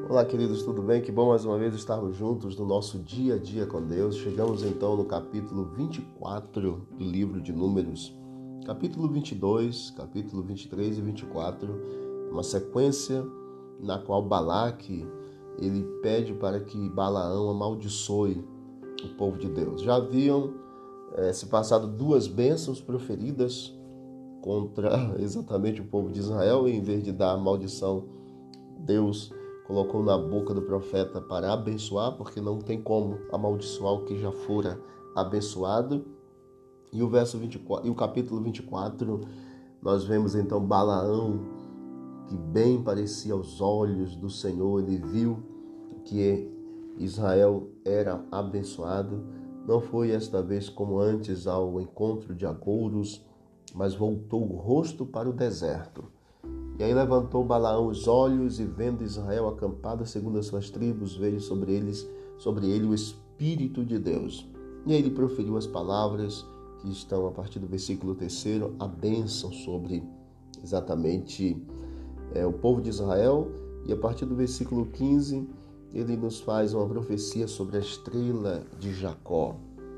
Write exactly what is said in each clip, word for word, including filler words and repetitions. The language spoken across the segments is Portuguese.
Olá, queridos, tudo bem? Que bom mais uma vez estarmos juntos no nosso dia a dia com Deus. Chegamos então no capítulo vinte e quatro do livro de Números. Capítulo vinte e dois, capítulo vinte e três e vinte e quatro, uma sequência na qual Balaque ele pede para que Balaão amaldiçoe o povo de Deus. Já haviam é, se passado duas bênçãos proferidas contra exatamente o povo de Israel, e em vez de dar a maldição, Deus colocou na boca do profeta para abençoar, porque não tem como amaldiçoar o que já fora abençoado. E o verso vinte e quatro, e o capítulo vinte e quatro, nós vemos então Balaão, que bem parecia aos olhos do Senhor, ele viu que Israel era abençoado. Não foi esta vez como antes ao encontro de agouros, mas voltou o rosto para o deserto. E aí levantou Balaão os olhos e, vendo Israel acampado segundo as suas tribos, veio sobre eles, sobre ele o Espírito de Deus. E aí ele proferiu as palavras que estão a partir do versículo terceiro, a bênção sobre exatamente é, o povo de Israel. E a partir do versículo quinze, ele nos faz uma profecia sobre a estrela de Jacó.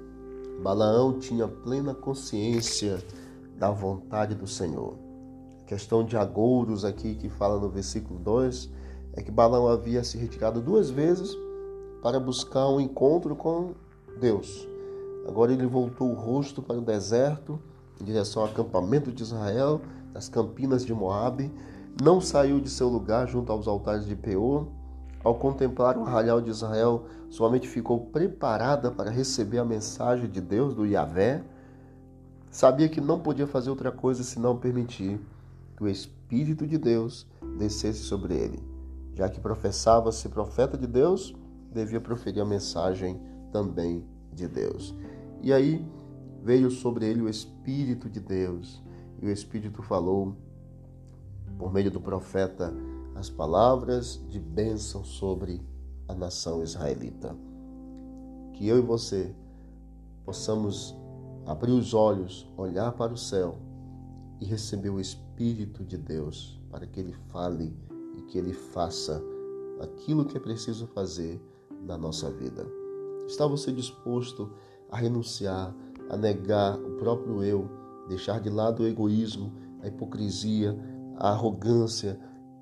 Balaão tinha plena consciência da vontade do Senhor. A questão de agouros aqui que fala no versículo dois é que Balaão havia se retirado duas vezes para buscar um encontro com Deus. Agora ele voltou o rosto para o deserto, em direção ao acampamento de Israel, das campinas de Moabe. Não saiu de seu lugar junto aos altares de Peor. Ao contemplar o arraial de Israel, sua mente ficou preparada para receber a mensagem de Deus, do Yahvé. Sabia que não podia fazer outra coisa senão permitir que o Espírito de Deus descesse sobre ele. Já que professava ser profeta de Deus, devia proferir a mensagem também de Deus. E aí veio sobre ele o Espírito de Deus, e o Espírito falou, por meio do profeta, as palavras de bênção sobre a nação israelita. Que eu e você possamos abrir os olhos, olhar para o céu e receber o Espírito de Deus para que Ele fale e que Ele faça aquilo que é preciso fazer na nossa vida. Está você disposto a renunciar, a negar o próprio eu, deixar de lado o egoísmo, a hipocrisia, a arrogância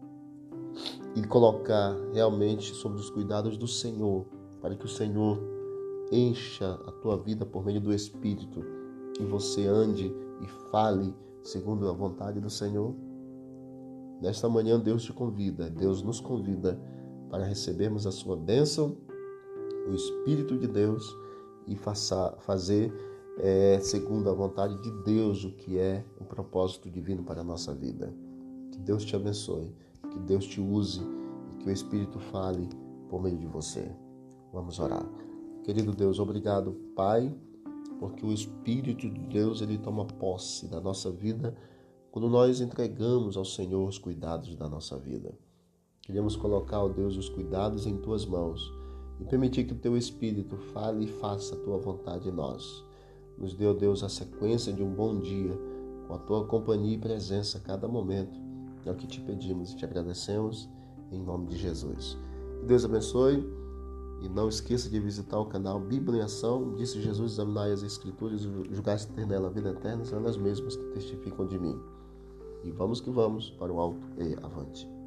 e colocar realmente sob os cuidados do Senhor, para que o Senhor encha a tua vida por meio do Espírito e você ande e fale segundo a vontade do Senhor? Nesta manhã Deus te convida, Deus nos convida para recebermos a sua bênção, o Espírito de Deus, e faça, fazer é, segundo a vontade de Deus o que é o propósito divino para a nossa vida. Que Deus te abençoe, que Deus te use e que o Espírito fale por meio de você. Vamos orar. Querido Deus, obrigado, Pai, porque o Espírito de Deus ele toma posse da nossa vida quando nós entregamos ao Senhor os cuidados da nossa vida. Queremos colocar, ó Deus, os cuidados em Tuas mãos e permitir que o Teu Espírito fale e faça a Tua vontade em nós. Nos dê, ó Deus, a sequência de um bom dia, com a Tua companhia e presença a cada momento. É o que Te pedimos e Te agradecemos, em nome de Jesus. Que Deus abençoe. E não esqueça de visitar o canal Bíblia em Ação. Disse Jesus: examinai as Escrituras e julgai-se ter nela a vida eterna, são elas mesmas que testificam de mim. E vamos que vamos para o alto e avante.